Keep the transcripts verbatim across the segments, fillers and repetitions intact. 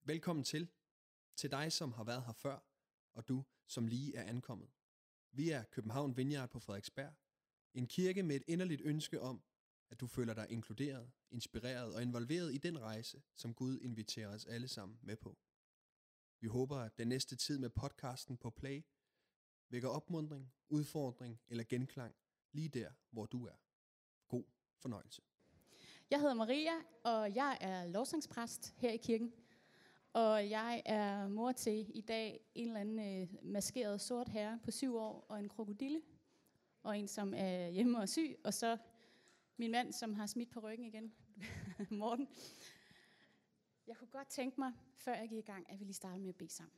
Velkommen til, til dig som har været her før, og du som lige er ankommet. Vi er København Vineyard på Frederiksberg, en kirke med et inderligt ønske om, at du føler dig inkluderet, inspireret og involveret i den rejse, som Gud inviterer os alle sammen med på. Vi håber, at den næste tid med podcasten på Play vækker opmuntring, udfordring eller genklang lige der, hvor du er. God fornøjelse. Jeg hedder Maria, og jeg er lovsangspræst her i kirken. Og jeg er mor til i dag en eller anden øh, maskeret sort herre på syv år og en krokodille. Og en, som er hjemme og syg. Og så min mand, som har smidt på ryggen igen. Morten. Jeg kunne godt tænke mig, før jeg gik i gang, at vi lige starter med at bede sammen.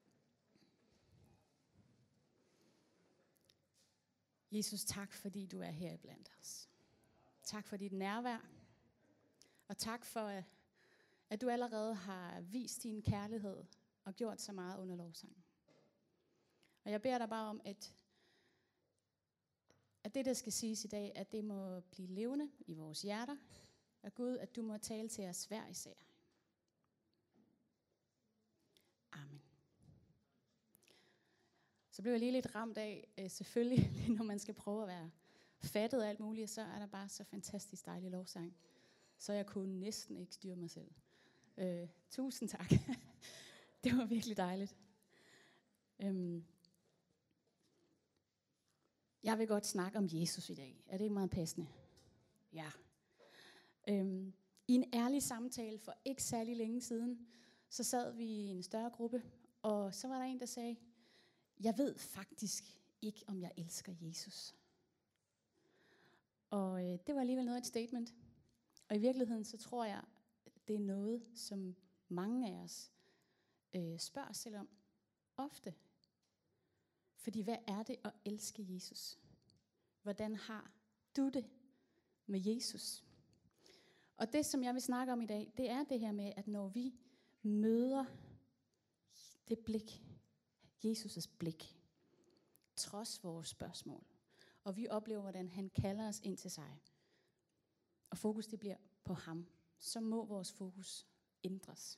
Jesus, tak fordi du er her iblandt os. Tak for dit nærvær. Og tak for, at at du allerede har vist din kærlighed og gjort så meget under lovsangen. Og jeg beder dig bare om, at, at det, der skal siges i dag, at det må blive levende i vores hjerter. Og Gud, at du må tale til os hver især. Amen. Så blev jeg lige lidt ramt af, selvfølgelig, når man skal prøve at være fattet og alt muligt, så er der bare så fantastisk dejlig lovsang. Så jeg kunne næsten ikke styre mig selv. Øh, tusind tak. Det var virkelig dejligt. Øhm. Jeg vil godt snakke om Jesus i dag. Er det ikke meget passende? Ja. Øhm. I en ærlig samtale for ikke særlig længe siden, så sad vi i en større gruppe, og så var der en, der sagde, jeg ved faktisk ikke, om jeg elsker Jesus. Og øh, det var alligevel noget af et statement. Og i virkeligheden, så tror jeg, det er noget, som mange af os øh, spørger os selv om ofte. Fordi hvad er det at elske Jesus? Hvordan har du det med Jesus? Og det, som jeg vil snakke om i dag, det er det her med, at når vi møder det blik, Jesus' blik, trods vores spørgsmål, og vi oplever, hvordan han kalder os ind til sig, og fokus det bliver på ham, så må vores fokus ændres.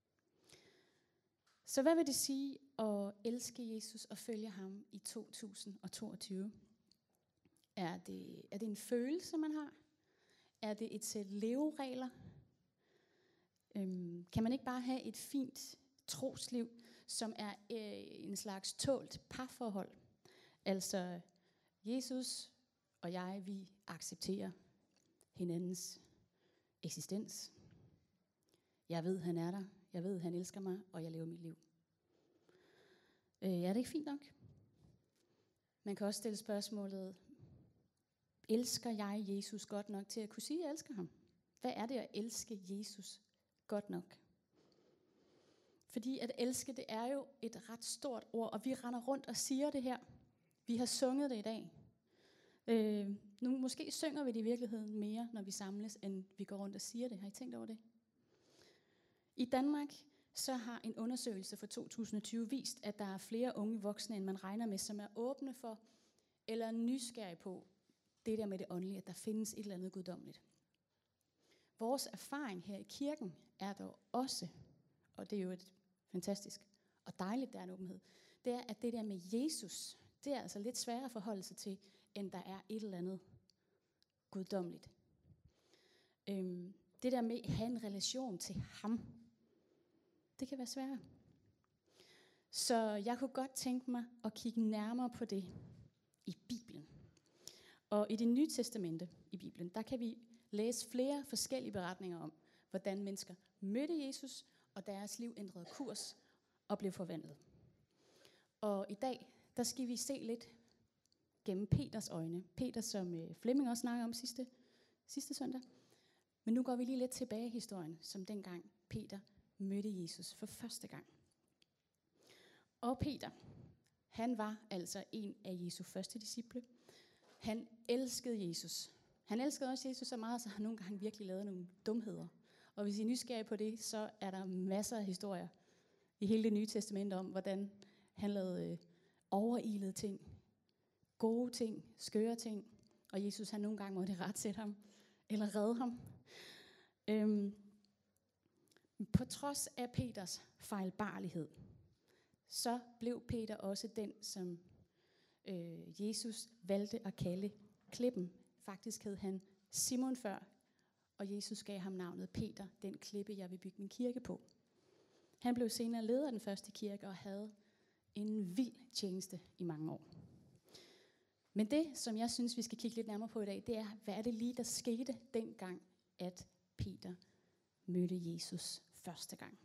Så hvad vil det sige at elske Jesus og følge ham i to tusind og toogtyve? Er det, er det en følelse, man har? Er det et sæt leveregler? Øhm, kan man ikke bare have et fint trosliv, som er øh, en slags tålt parforhold? Altså, Jesus og jeg, vi accepterer hinandens eksistens. Jeg ved, han er der. Jeg ved, han elsker mig, og jeg lever mit liv. Øh, er det ikke fint nok? Man kan også stille spørgsmålet, elsker jeg Jesus godt nok til at kunne sige, at jeg elsker ham? Hvad er det at elske Jesus godt nok? Fordi at elske, det er jo et ret stort ord, og vi render rundt og siger det her. Vi har sunget det i dag. Øh, nu måske synger vi det i virkeligheden mere, når vi samles, end vi går rundt og siger det. Har I tænkt over det? I Danmark så har en undersøgelse for to tusind og tyve vist, at der er flere unge voksne, end man regner med, som er åbne for eller nysgerrige på det der med det åndelige, at der findes et eller andet guddommeligt. Vores erfaring her i kirken er dog også, og det er jo et fantastisk og dejligt, der er en åbenhed, det er, at det der med Jesus, det er altså lidt sværere at forholde sig til, end der er et eller andet guddommeligt. Øhm, det der med at have en relation til ham, det kan være sværere. Så jeg kunne godt tænke mig at kigge nærmere på det i Bibelen. Og i det nye testamente i Bibelen, der kan vi læse flere forskellige beretninger om, hvordan mennesker mødte Jesus, og deres liv ændrede kurs og blev forvandlet. Og i dag, der skal vi se lidt gennem Peters øjne. Peter, som øh, Flemming også snakkede om sidste, sidste søndag. Men nu går vi lige lidt tilbage i historien, som dengang Peter mødte Jesus for første gang. Og Peter, han var altså en af Jesu første disciple. Han elskede Jesus. Han elskede også Jesus så meget, så han nogle gange virkelig lavede nogle dumheder. Og hvis I er nysgerrige på det, så er der masser af historier i hele det nye testamente om, hvordan han lavede øh, overilede ting, gode ting, skøre ting, og Jesus han nogle gange måtte retsætte ham, eller redde ham. Øhm, På trods af Peters fejlbarlighed, så blev Peter også den, som øh, Jesus valgte at kalde klippen. Faktisk hed han Simon før, og Jesus gav ham navnet Peter, den klippe, jeg vil bygge min kirke på. Han blev senere leder af den første kirke og havde en vild tjeneste i mange år. Men det, som jeg synes, vi skal kigge lidt nærmere på i dag, det er, hvad er det lige, der skete dengang, at Peter mødte Jesus første gang.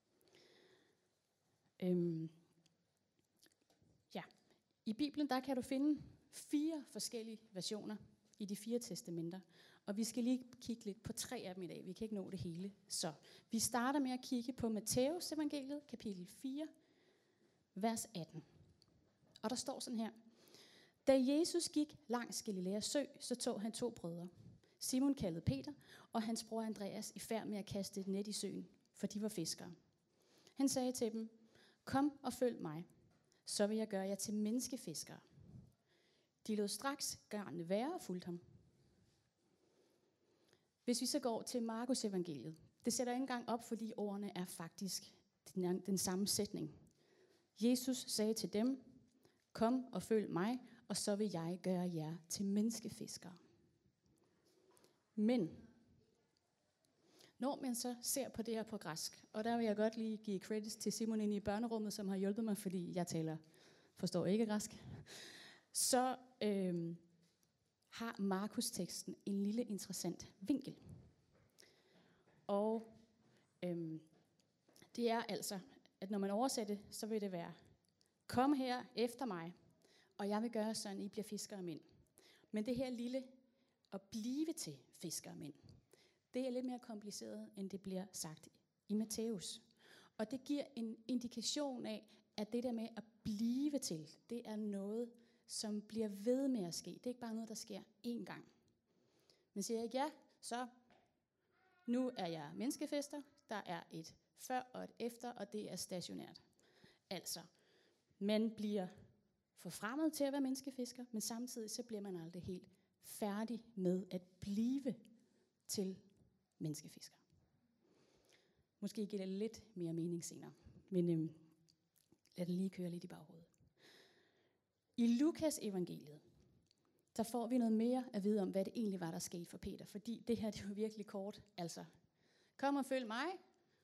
Øhm, ja. I Bibelen, der kan du finde fire forskellige versioner i de fire testamenter. Og vi skal lige kigge lidt på tre af dem i dag. Vi kan ikke nå det hele. Så vi starter med at kigge på Matthæus evangeliet, kapitel fire, vers atten. Og der står sådan her. Da Jesus gik langs Galilæas sø, så tog han to brødre. Simon kaldet Peter, og hans bror Andreas i færd med at kaste et net i søen, for de var fiskere. Han sagde til dem, kom og følg mig, så vil jeg gøre jer til menneskefiskere. De lod straks garnene være og fulgte ham. Hvis vi så går til Markus evangeliet, det sætter ikke engang op, fordi ordene er faktisk den, den samme sætning. Jesus sagde til dem, kom og følg mig, og så vil jeg gøre jer til menneskefiskere. Men når man så ser på det her på græsk, og der vil jeg godt lige give credits til Simon inde i børnerummet, som har hjulpet mig, fordi jeg taler, forstår ikke græsk, så øhm, har Markus-teksten en lille interessant vinkel. Og øhm, det er altså, at når man oversætter det, så vil det være, kom her efter mig, og jeg vil gøre sådan, I bliver fiskere mænd. Men det her lille, at blive til fiskere mænd, det er lidt mere kompliceret, end det bliver sagt i Matthæus. Og det giver en indikation af, at det der med at blive til, det er noget, som bliver ved med at ske. Det er ikke bare noget, der sker én gang. Men siger jeg, ja, så nu er jeg menneskefisker. Der er et før og et efter, og det er stationært. Altså, man bliver forfremmet til at være menneskefisker, men samtidig så bliver man aldrig helt færdig med at blive til menneskefisker. Måske giver det lidt mere mening senere, men øhm, lad det lige køre lidt i baghovedet. I Lukas evangeliet, der får vi noget mere at vide om, hvad det egentlig var, der skete for Peter, fordi det her, det var virkelig kort. Altså, kom og følg mig,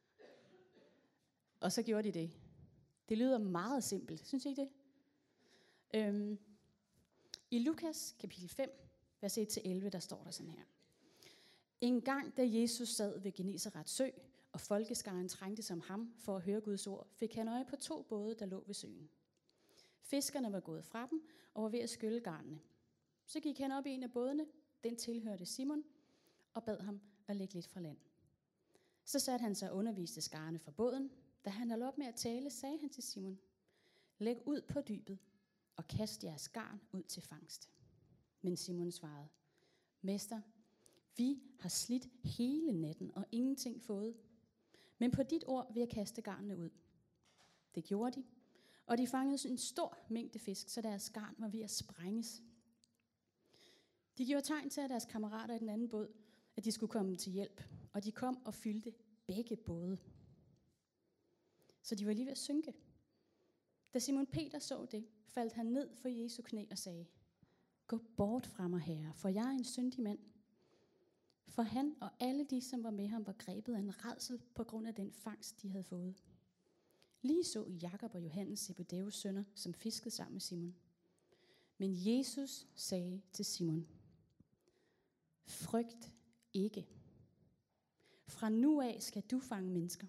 og så gjorde de det. Det lyder meget simpelt, synes I ikke det? Øhm, I Lukas kapitel fem, vers et til elleve, der står der sådan her. En gang, da Jesus sad ved Genesarets sø, og folkeskaren trængte som ham for at høre Guds ord, fik han øje på to både, der lå ved søen. Fiskerne var gået fra dem og var ved at skylle garnene. Så gik han op i en af bådene, den tilhørte Simon, og bad ham at lægge lidt fra land. Så satte han sig og underviste skarne fra båden. Da han holdt op med at tale, sagde han til Simon, læg ud på dybet og kast jeres garn ud til fangst. Men Simon svarede, mester, vi har slidt hele natten og ingenting fået. Men på dit ord vil jeg kaste garnene ud. Det gjorde de, og de fangede en stor mængde fisk, så deres garn var ved at sprænges. De gjorde tegn til, at deres kammerater i den anden båd, at de skulle komme til hjælp, og de kom og fyldte begge både. Så de var lige ved at synke. Da Simon Peter så det, faldt han ned for Jesu knæ og sagde, gå bort fra mig, Herre, for jeg er en syndig mand. For han og alle de, som var med ham, var grebet af en rædsel på grund af den fangst, de havde fået. Lige så Jakob og Johannes, Zebedeus sønner, som fiskede sammen med Simon. Men Jesus sagde til Simon, frygt ikke. Fra nu af skal du fange mennesker.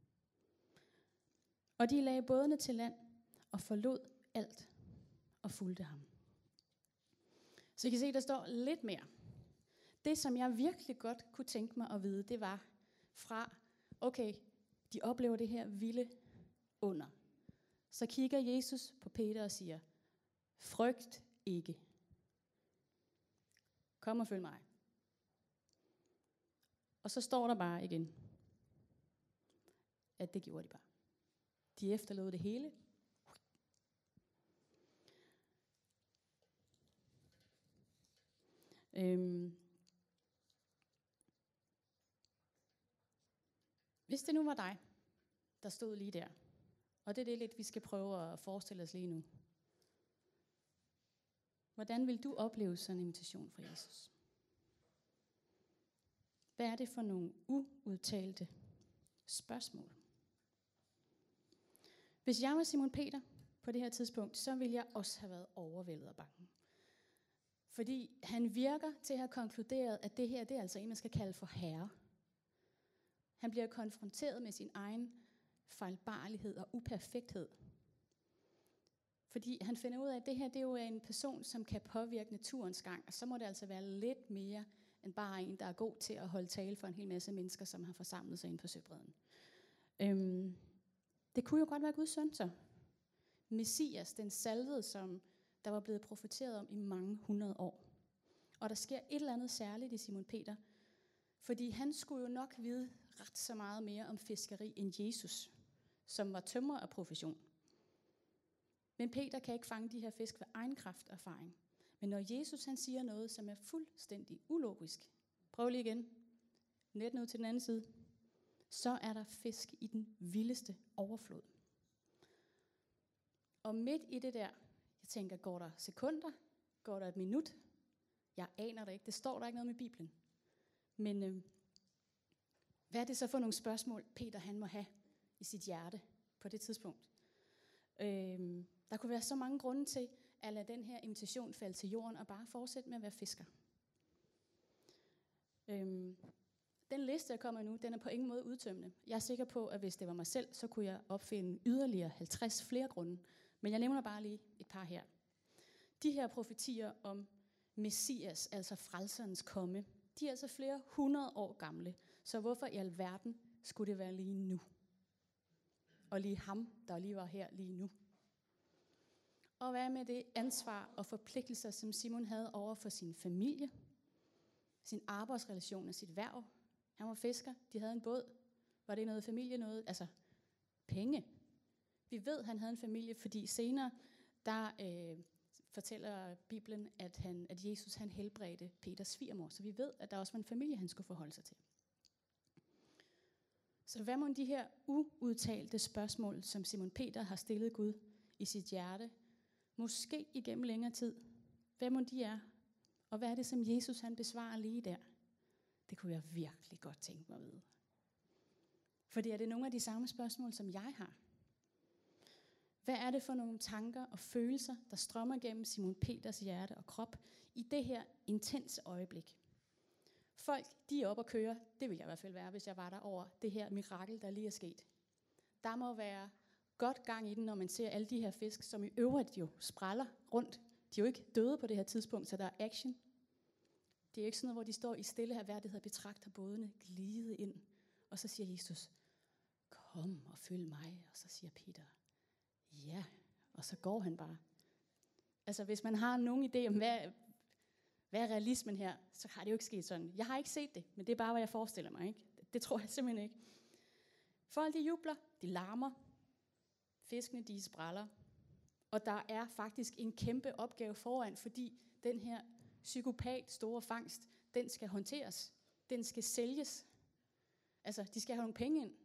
Og de lagde bådene til land og forlod alt og fulgte ham. Så I kan se, der står lidt mere. Det, som jeg virkelig godt kunne tænke mig at vide, det var fra, okay, de oplever det her vilde under. Så kigger Jesus på Peter og siger, frygt ikke. Kom og følg mig. Og så står der bare igen, at det gjorde de bare. De efterlod det hele. Øhm. Hvis det nu var dig, der stod lige der, og det er det lidt, vi skal prøve at forestille os lige nu. Hvordan vil du opleve sådan en invitation fra Jesus? Hvad er det for nogle uudtalte spørgsmål? Hvis jeg var Simon Peter på det her tidspunkt, så ville jeg også have været overvældet og bange. Fordi han virker til at have konkluderet, at det her, det er altså en, man skal kalde for herre. Han bliver konfronteret med sin egen fejlbarlighed og uperfekthed. Fordi han finder ud af, at det her, det er jo en person, som kan påvirke naturens gang. Og så må det altså være lidt mere end bare en, der er god til at holde tale for en hel masse mennesker, som har forsamlet sig inde på søbredden. Øhm, det kunne jo godt være Guds søn, så. Messias, den salvede, som der var blevet profeteret om i mange hundrede år. Og der sker et eller andet særligt i Simon Peter, fordi han skulle jo nok vide ret så meget mere om fiskeri end Jesus, som var tømrer af profession. Men Peter kan ikke fange de her fisk ved egen kraft og erfaring. Men når Jesus han siger noget, som er fuldstændig ulogisk, prøv lige igen, net ud til den anden side, så er der fisk i den vildeste overflod. Og midt i det der, jeg tænker, går der sekunder? Går der et minut? Jeg aner det ikke, det står der ikke noget med i Bibelen. Men øh, hvad er det så for nogle spørgsmål, Peter han må have i sit hjerte på det tidspunkt? Øh, der kunne være så mange grunde til at lade den her invitation falde til jorden og bare fortsætte med at være fisker. Øh, den liste, der kommer nu, den er på ingen måde udtømmende. Jeg er sikker på, at hvis det var mig selv, så kunne jeg opfinde yderligere halvtreds flere grunde. Men jeg nævner bare lige et par her. De her profetier om Messias, altså frelserens komme, de er altså flere hundrede år gamle. Så hvorfor i alverden skulle det være lige nu? Og lige ham, der lige var her lige nu. Og hvad med det ansvar og forpligtelser, som Simon havde over for sin familie, sin arbejdsrelation og sit hverv? Han var fisker, de havde en båd. Var det noget familie, noget? Altså, penge. Vi ved, at han havde en familie, fordi senere, der øh, fortæller Bibelen, at, han, at Jesus han helbredte Peters svigermor. Så vi ved, at der også var en familie, han skulle forholde sig til. Så hvad må de her uudtalte spørgsmål, som Simon Peter har stillet Gud i sit hjerte, måske igennem længere tid, hvad må de er? Og hvad er det, som Jesus han besvarer lige der? Det kunne jeg virkelig godt tænke mig at vide. Fordi er det nogle af de samme spørgsmål, som jeg har? Hvad er det for nogle tanker og følelser, der strømmer gennem Simon Peters hjerte og krop i det her intense øjeblik? Folk, de er oppe at køre. Det ville jeg i hvert fald være, hvis jeg var der over det her mirakel, der lige er sket. Der må være godt gang i den, når man ser alle de her fisk, som i øvrigt jo spræller rundt. De er jo ikke døde på det her tidspunkt, så der er action. Det er ikke sådan noget, hvor de står i stille her værdighed og betragter bådene glide ind. Og så siger Jesus, kom og følg mig. Og så siger Peter, ja. Og så går han bare. Altså hvis man har nogen idé om, hvad, hvad er realismen her, så har det jo ikke sket sådan. Jeg har ikke set det, men det er bare, hvad jeg forestiller mig. Ikke? Det tror jeg simpelthen ikke. Folk de jubler, de larmer. Fiskene de spræller. Og der er faktisk en kæmpe opgave foran, fordi den her psykopat store fangst, den skal håndteres. Den skal sælges. Altså, de skal have nogle penge ind.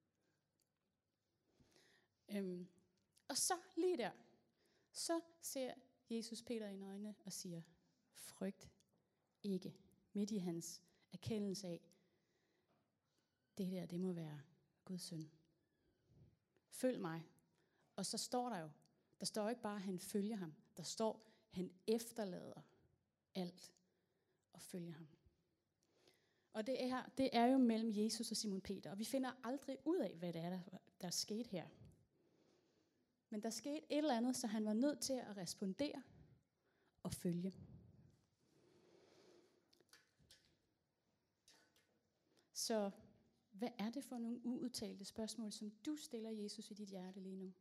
Øhm, og så lige der, så ser Jesus Peter i øjnene og siger, frygt ikke. Midt i hans erkendelse af, det der, det må være Guds søn. Følg mig. Og så står der jo, der står ikke bare, at han følger ham. Der står, at han efterlader alt og følger ham. Og det er, det er jo mellem Jesus og Simon Peter. Og vi finder aldrig ud af, hvad det er, der, der er sket her. Men der skete et eller andet, så han var nødt til at respondere og følge. Så hvad er det for nogle uudtalte spørgsmål, som du stiller Jesus i dit hjerte lige nu?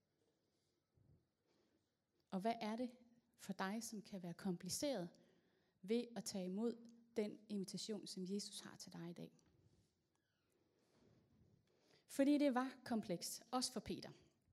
Og hvad er det for dig, som kan være kompliceret ved at tage imod den invitation, som Jesus har til dig i dag? Fordi det var komplekst, også for Peter.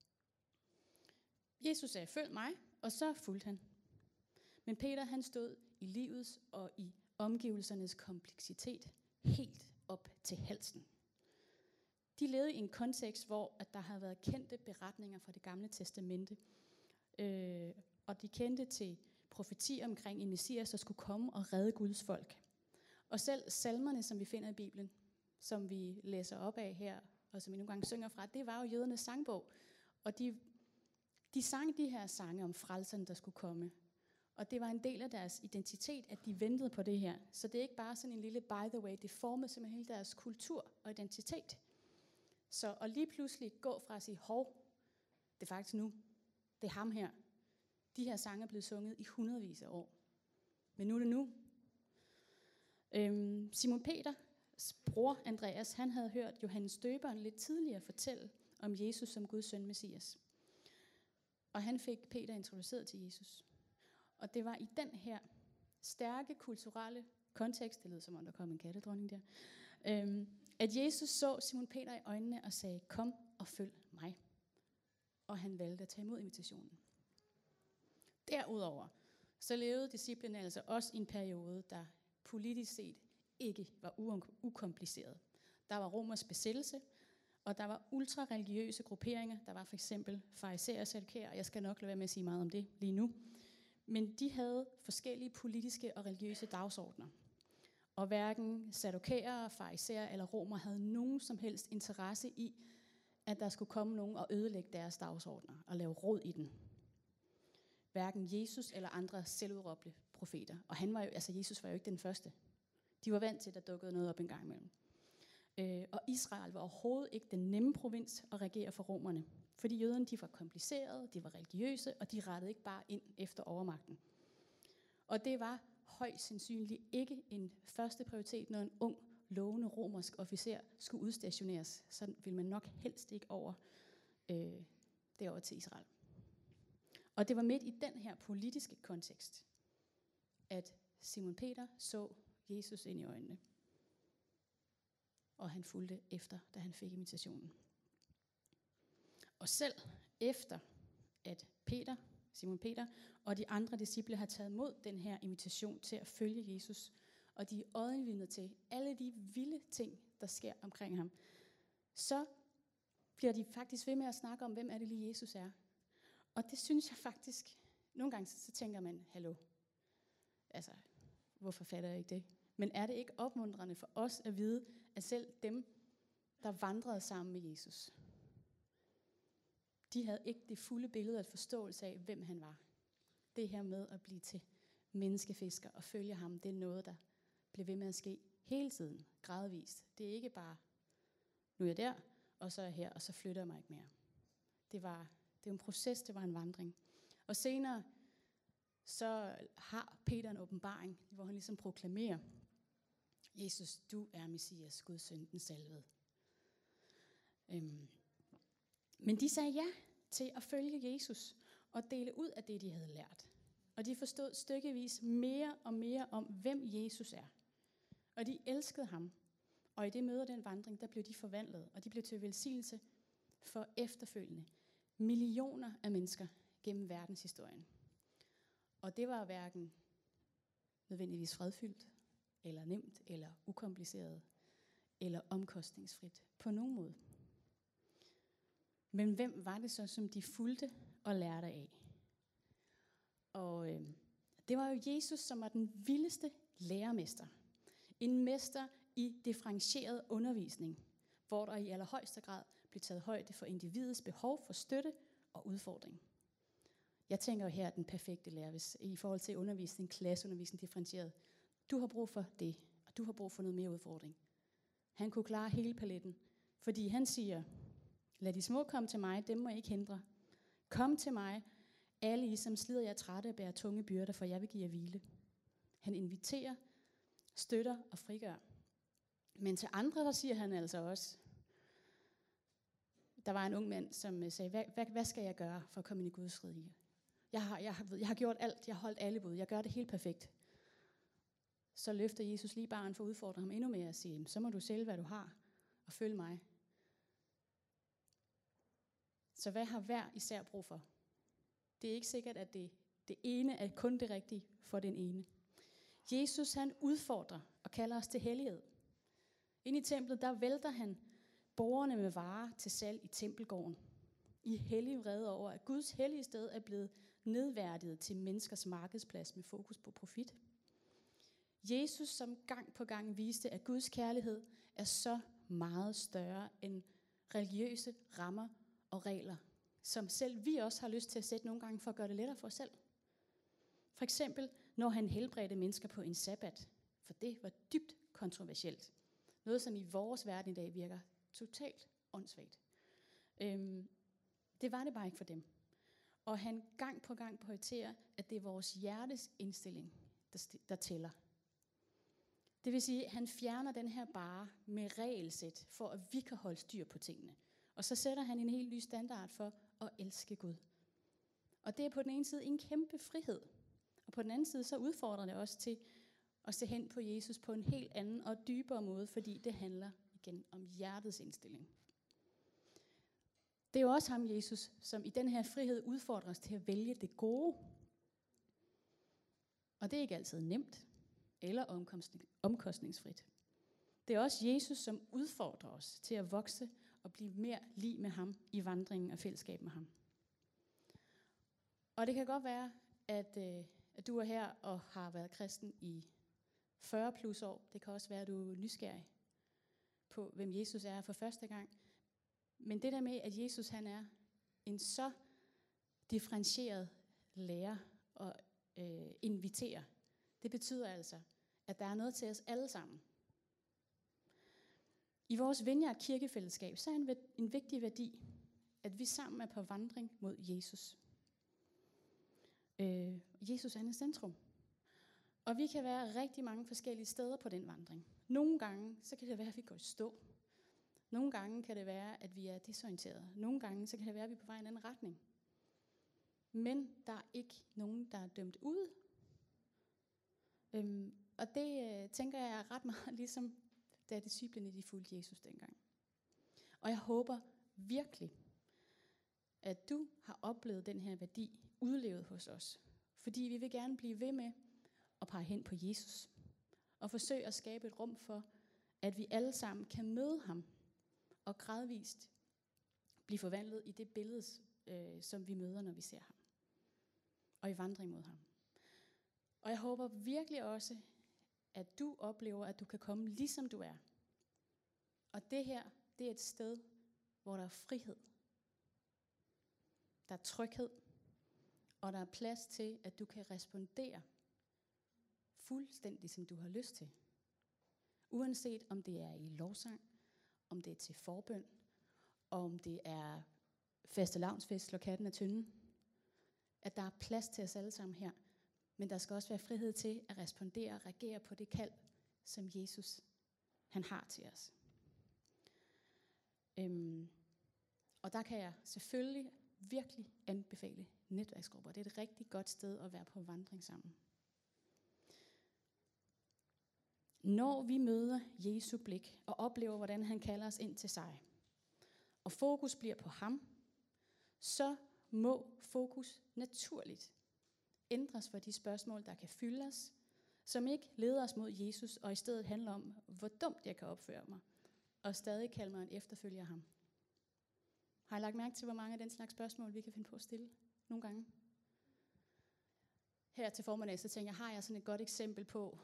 Jesus sagde, følg mig, og så fulgte han. Men Peter han stod i livets og i omgivelsernes kompleksitet helt op til halsen. de levede i en kontekst, hvor at der havde været kendte beretninger fra det gamle testamente, øh, og de kendte til profetier omkring en messias, der skulle komme og redde Guds folk. Og selv salmerne, som vi finder i Bibelen, som vi læser op af her, og som vi nogle gange synger fra, det var jo jødernes sangbog. Og de, de sang de her sange om frelseren, der skulle komme. Og det var en del af deres identitet, at de ventede på det her. Så det er ikke bare sådan en lille by the way, det formede simpelthen hele deres kultur og identitet. Så at lige pludselig gå fra at sige, hov, det er faktisk nu, det er ham her. De her sange er blevet sunget i hundredvis af år. Men nu er det nu. Øhm, Simon Peters bror Andreas, han havde hørt Johannes Døberen lidt tidligere fortælle om Jesus som Guds søn Messias. Og han fik Peter introduceret til Jesus. Og det var i den her stærke kulturelle kontekst, det lød som om der kom en kattedronning der, øhm, at Jesus så Simon Peter i øjnene og sagde, kom og følg mig. Og han valgte at tage imod invitationen. Derudover så levede disciplene altså også i en periode, der politisk set ikke var ukompliceret. Der var Romers besættelse, og der var ultrareligiøse grupperinger. Der var for eksempel farisæer og saddukerer, og jeg skal nok lade være med at sige meget om det lige nu. Men de havde forskellige politiske og religiøse dagsordner. Og hverken saddukerer, farisæer eller romer havde nogen som helst interesse i, at der skulle komme nogen og ødelægge deres dagsordner og lave rod i den. Hverken Jesus eller andre selvudråbte profeter. Og han var jo, altså Jesus var jo ikke den første. De var vant til, at der dukkede noget op en gang imellem. Øh, og Israel var overhovedet ikke den nemme provins at regere for romerne. Fordi jøderne, de var komplicerede, de var religiøse, og de rettede ikke bare ind efter overmagten. Og det var højst sandsynligt ikke en første prioritet, når en ung, lovende romersk officer skulle udstationeres. Så ville man nok helst ikke over øh, derover til Israel. Og det var midt i den her politiske kontekst, at Simon Peter så Jesus ind i øjnene. Og han fulgte efter, da han fik invitationen. Og selv efter, at Peter, Simon Peter og de andre disciple har taget imod den her invitation til at følge Jesus, og de er øjenvidner til alle de vilde ting, der sker omkring ham, så bliver de faktisk ved med at snakke om, hvem er det lige Jesus er. Og det synes jeg faktisk, nogle gange så tænker man, hallo, altså, hvorfor fatter jeg ikke det? Men er det ikke opmuntrende for os at vide, at selv dem, der vandrede sammen med Jesus, de havde ikke det fulde billede af forståelse af, hvem han var. Det her med at blive til menneskefisker og følge ham, det er noget, der bliver ved med at ske hele tiden, gradvist. Det er ikke bare, nu er jeg der, og så er jeg her, og så flytter jeg mig ikke mere. Det var, det var en proces, det var en vandring. Og senere, så har Peter en åbenbaring, hvor han ligesom proklamerer, Jesus, du er Messias, Guds søn, den salvede. Øhm. Men de sagde ja til at følge Jesus og dele ud af det, de havde lært. Og de forstod stykkevis mere og mere om, hvem Jesus er. Og de elskede ham. Og i det møde og den vandring, der blev de forvandlet, og de blev til velsignelse for efterfølgende millioner af mennesker gennem verdenshistorien. Og det var hverken nødvendigvis fredfyldt, eller nemt, eller ukompliceret, eller omkostningsfrit på nogen måde. Men hvem var det så, som de fulgte og lærte af? Og øh, det var jo Jesus, som var den vildeste lærermester. En mester i differentieret undervisning, hvor der i allerhøjeste grad blev taget højde for individets behov for støtte og udfordring. Jeg tænker jo her den perfekte lærer, hvis i forhold til undervisning, klasseundervisning differentieret. Du har brug for det, og du har brug for noget mere udfordring. Han kunne klare hele paletten, fordi han siger, lad de små komme til mig, dem må jeg ikke hindre. Kom til mig, alle I, som slider jer trætte og bærer tunge byrder, for jeg vil give jer hvile. Han inviterer, støtter og frigør. Men til andre, der siger han altså også, der var en ung mand, som sagde, hvad, hvad, hvad skal jeg gøre for at komme ind i Guds rige? Jeg har, jeg, har, jeg har gjort alt, jeg har holdt alle bud, jeg gør det helt perfekt. Så løfter Jesus lige barn for at udfordre ham endnu mere og sige, så må du sælge, hvad du har, og følg mig. Så hvad har hver især brug for? Det er ikke sikkert, at det, det ene er kun det rigtige for den ene. Jesus, han udfordrer og kalder os til hellighed. Ind i templet, der vælter han borgerne med varer til salg i tempelgården, i hellig vrede over, at Guds hellige sted er blevet nedværdiget til menneskers markedsplads med fokus på profit. Jesus, som gang på gang viste, at Guds kærlighed er så meget større end religiøse rammer og regler, som selv vi også har lyst til at sætte nogle gange for at gøre det lettere for os selv. For eksempel, når han helbredte mennesker på en sabbat, for det var dybt kontroversielt. Noget, som i vores verden i dag virker totalt åndssvagt. Øhm, det var det bare ikke for dem. Og han gang på gang pointerer, at det er vores hjertes indstilling, der, der tæller. Det vil sige, at han fjerner den her bare med regelsæt, for at vi kan holde styr på tingene. Og så sætter han en helt ny standard for at elske Gud. Og det er på den ene side en kæmpe frihed. Og på den anden side, så udfordrer det os til at se hen på Jesus på en helt anden og dybere måde, fordi det handler igen om hjertets indstilling. Det er jo også ham, Jesus, som i den her frihed udfordrer os til at vælge det gode. Og det er ikke altid nemt eller omkostning, omkostningsfrit. Det er også Jesus, som udfordrer os til at vokse og blive mere lig med ham i vandringen og fællesskab med ham. Og det kan godt være, at, øh, at du er her og har været kristen i fyrre plus år. Det kan også være, at du er nysgerrig på, hvem Jesus er for første gang. Men det der med, at Jesus han er en så differentieret lærer og øh, inviterer, det betyder altså, at der er noget til os alle sammen. I vores Vineyard kirkefællesskab, så er en, en vigtig værdi, at vi sammen er på vandring mod Jesus. Øh, Jesus er i centrum. Og vi kan være rigtig mange forskellige steder på den vandring. Nogle gange, så kan det være, at vi går i stå. Nogle gange kan det være, at vi er desorienterede. Nogle gange, så kan det være, at vi er på vej i en anden retning. Men der er ikke nogen, der er dømt ud. Øhm, og det øh, tænker jeg er ret meget ligesom, da disciplene de fulgte Jesus dengang. Og jeg håber virkelig, at du har oplevet den her værdi udlevet hos os. Fordi vi vil gerne blive ved med at pege hen på Jesus. Og forsøge at skabe et rum for, at vi alle sammen kan møde ham. Og gradvist blive forvandlet i det billede, øh, som vi møder, når vi ser ham. Og i vandring mod ham. Og jeg håber virkelig også, at du oplever, at du kan komme ligesom du er. Og det her, det er et sted, hvor der er frihed. Der er tryghed. Og der er plads til, at du kan respondere fuldstændig, som du har lyst til. Uanset om det er i lovsang, om det er til forbøn, om det er fastelavnsfest, slår katten af tynden. At der er plads til os alle sammen her. Men der skal også være frihed til at respondere og reagere på det kald, som Jesus han har til os. Øhm, og der kan jeg selvfølgelig virkelig anbefale netværksgrupper. Det er et rigtig godt sted at være på vandring sammen. Når vi møder Jesu blik og oplever, hvordan han kalder os ind til sig, og fokus bliver på ham, så må fokus naturligt ændres for de spørgsmål, der kan fylde os, som ikke leder os mod Jesus, og i stedet handler om, hvor dumt jeg kan opføre mig, og stadig kalde mig en efterfølger af ham. Har I lagt mærke til, hvor mange af den slags spørgsmål, vi kan finde på at stille nogle gange? Her til formiddag, så tænker jeg, har jeg sådan et godt eksempel på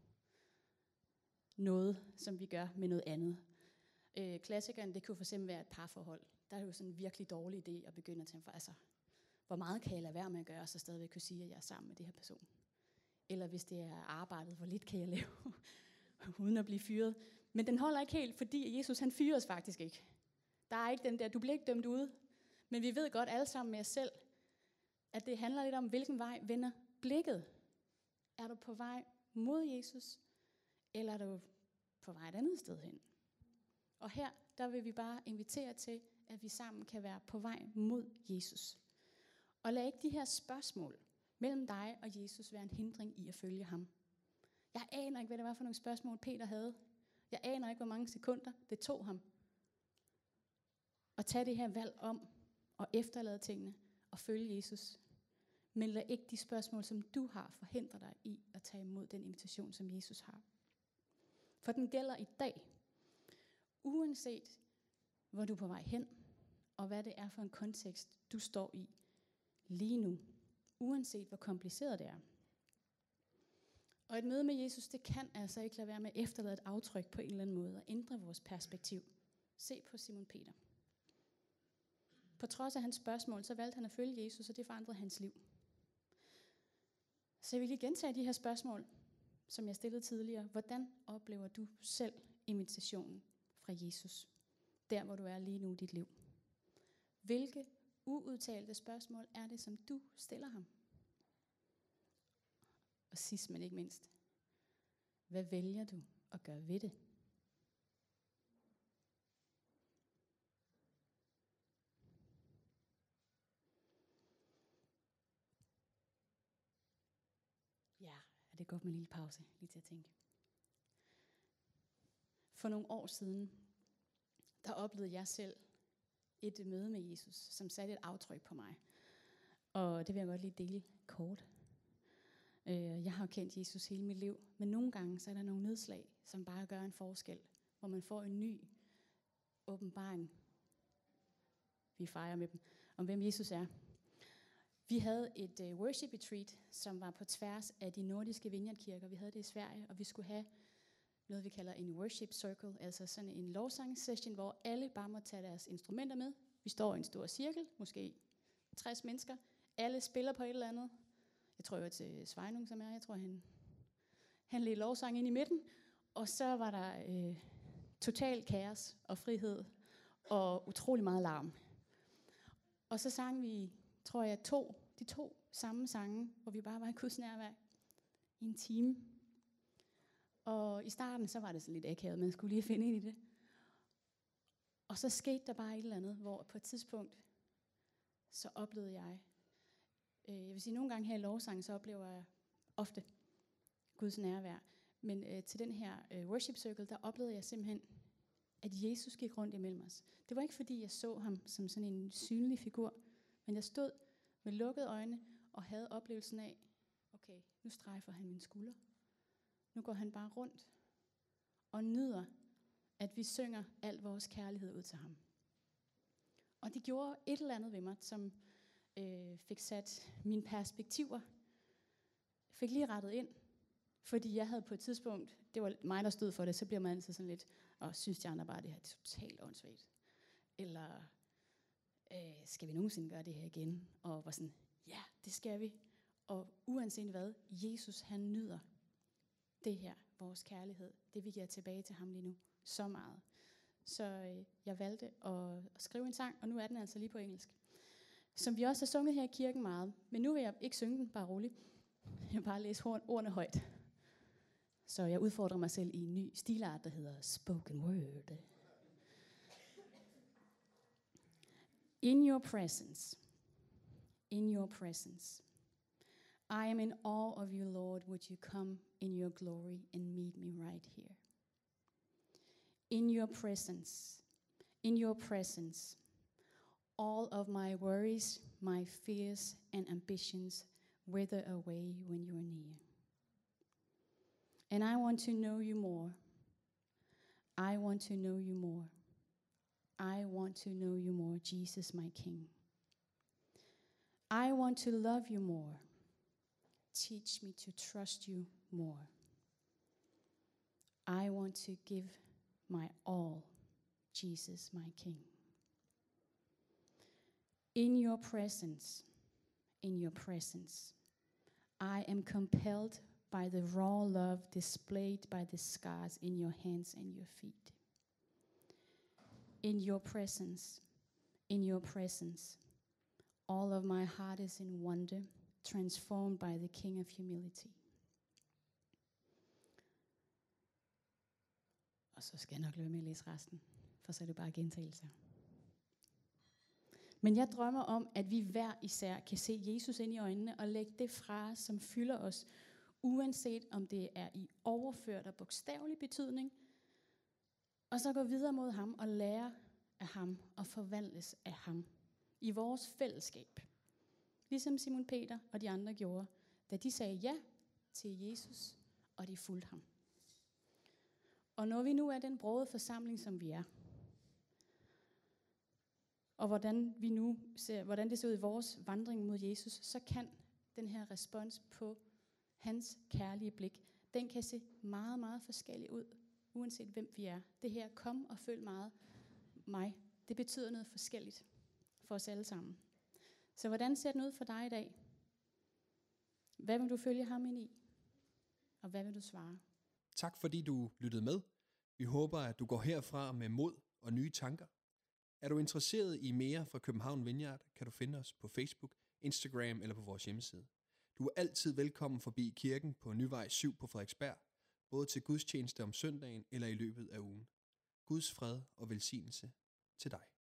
noget, som vi gør med noget andet. Øh, klassikeren, det kunne for eksempel være et parforhold. Der er jo sådan en virkelig dårlig idé at begynde at tænke for, altså, hvor meget kan jeg lade være med at gøre, så stadigvæk kunne sige, at jeg er sammen med det her person. Eller hvis det er arbejdet, hvor lidt kan jeg lave, uden at blive fyret. Men den holder ikke helt, fordi Jesus han fyrer os faktisk ikke. Der er ikke den der, du bliver ikke dømt ude. Men vi ved godt alle sammen med os selv, at det handler lidt om, hvilken vej vender blikket. Er du på vej mod Jesus, eller er du på vej et andet sted hen? Og her, der vil vi bare invitere til, at vi sammen kan være på vej mod Jesus. Og lad ikke de her spørgsmål mellem dig og Jesus være en hindring i at følge ham. Jeg aner ikke, hvad det var for nogle spørgsmål, Peter havde. Jeg aner ikke, hvor mange sekunder det tog ham at tage det her valg om at efterlade tingene og følge Jesus. Men lad ikke de spørgsmål, som du har, forhindre dig i at tage imod den invitation, som Jesus har. For den gælder i dag. Uanset hvor du er på vej hen, og hvad det er for en kontekst, du står i lige nu, uanset hvor kompliceret det er. Og et møde med Jesus, det kan altså ikke lade være med at efterlade et aftryk på en eller anden måde og ændre vores perspektiv. Se på Simon Peter. På trods af hans spørgsmål, så valgte han at følge Jesus, og det forandrede hans liv. Så jeg vil lige gentage de her spørgsmål, som jeg stillede tidligere. Hvordan oplever du selv invitationen fra Jesus, der hvor du er lige nu i dit liv? Hvilke uudtalte spørgsmål er det, som du stiller ham? Og sidst men ikke mindst, hvad vælger du at gøre ved det? Ja, det er godt med en lille pause, lige til at tænke. For nogle år siden, der oplevede jeg selv et møde med Jesus, som satte et aftryk på mig. Og det vil jeg godt lige dele kort. Jeg har jo kendt Jesus hele mit liv, men nogle gange så er der nogle nedslag, som bare gør en forskel, hvor man får en ny åbenbaring. Vi fejrer med dem, om hvem Jesus er. Vi havde et uh, worship retreat, som var på tværs af de nordiske vineyardkirker. Vi havde det i Sverige, og vi skulle have noget, vi kalder en worship circle, altså sådan en lovsangssession, hvor alle bare må tage deres instrumenter med. Vi står i en stor cirkel, måske tres mennesker. Alle spiller på et eller andet. Jeg tror, jeg var til Svejnung, som er. Jeg tror, han, han ledte lovsang ind i midten. Og så var der øh, total kaos og frihed og utrolig meget larm. Og så sang vi, tror jeg, to, de to samme sange, hvor vi bare var i Guds nærvær i en time. Og i starten, så var det sådan lidt akavet, man skulle lige finde ind i det. Og så skete der bare et eller andet, hvor på et tidspunkt, så oplevede jeg, øh, jeg vil sige, nogle gange her i lovsangen, så oplever jeg ofte Guds nærvær. Men øh, til den her øh, worship circle, der oplevede jeg simpelthen, at Jesus gik rundt imellem os. Det var ikke fordi, jeg så ham som sådan en synlig figur, men jeg stod med lukkede øjne og havde oplevelsen af, okay, nu strejfer han mine skuldre. Nu går han bare rundt og nyder, at vi synger al vores kærlighed ud til ham. Og det gjorde et eller andet ved mig, som øh, fik sat mine perspektiver, fik lige rettet ind. Fordi jeg havde på et tidspunkt, det var mig, der stod for det, så bliver man altid sådan lidt, og synes de andre bare, det her er totalt åndssvagt. Eller, øh, skal vi nogensinde gøre det her igen? Og var sådan, ja, det skal vi. Og uanset hvad, Jesus han nyder det her, vores kærlighed, det vi giver tilbage til ham lige nu, så meget. Så øh, jeg valgte at, at skrive en sang, og nu er den altså lige på engelsk. Som vi også har sunget her i kirken meget, men nu vil jeg ikke synge den, bare roligt. Jeg vil bare læse ordene højt. Så jeg udfordrer mig selv i en ny stilart, der hedder Spoken Word. In your presence, in your presence, I am in awe of you, Lord. Would you come in your glory and meet me right here? In your presence, in your presence, all of my worries, my fears and ambitions wither away when you're near. And I want to know you more. I want to know you more. I want to know you more, Jesus, my King. I want to love you more. Teach me to trust you more. I want to give my all, Jesus, my King. In your presence, in your presence, I am compelled by the raw love displayed by the scars in your hands and your feet. In your presence, in your presence, all of my heart is in wonder, transformed by the King of humility. Og så skal jeg nok løbe med at læse resten, for så er det bare gentagelser. Men jeg drømmer om, at vi hver især kan se Jesus ind i øjnene og lægge det fra os, som fylder os, uanset om det er i overført og bogstavelig betydning, og så gå videre mod ham og lære af ham og forvandles af ham i vores fællesskab. Ligesom Simon Peter og de andre gjorde, da de sagde ja til Jesus, og de fulgte ham. Og når vi nu er den brogede forsamling, som vi er, og hvordan vi nu ser, hvordan det ser ud i vores vandring mod Jesus, så kan den her respons på hans kærlige blik, den kan se meget, meget forskellig ud, uanset hvem vi er. Det her, kom og følg meget mig, det betyder noget forskelligt for os alle sammen. Så hvordan ser den ud for dig i dag? Hvad vil du følge ham ind i? Og hvad vil du svare? Tak fordi du lyttede med. Vi håber, at du går herfra med mod og nye tanker. Er du interesseret i mere fra København Vineyard, kan du finde os på Facebook, Instagram eller på vores hjemmeside. Du er altid velkommen forbi kirken på Nyvej syv på Frederiksberg, både til gudstjeneste om søndagen eller i løbet af ugen. Guds fred og velsignelse til dig.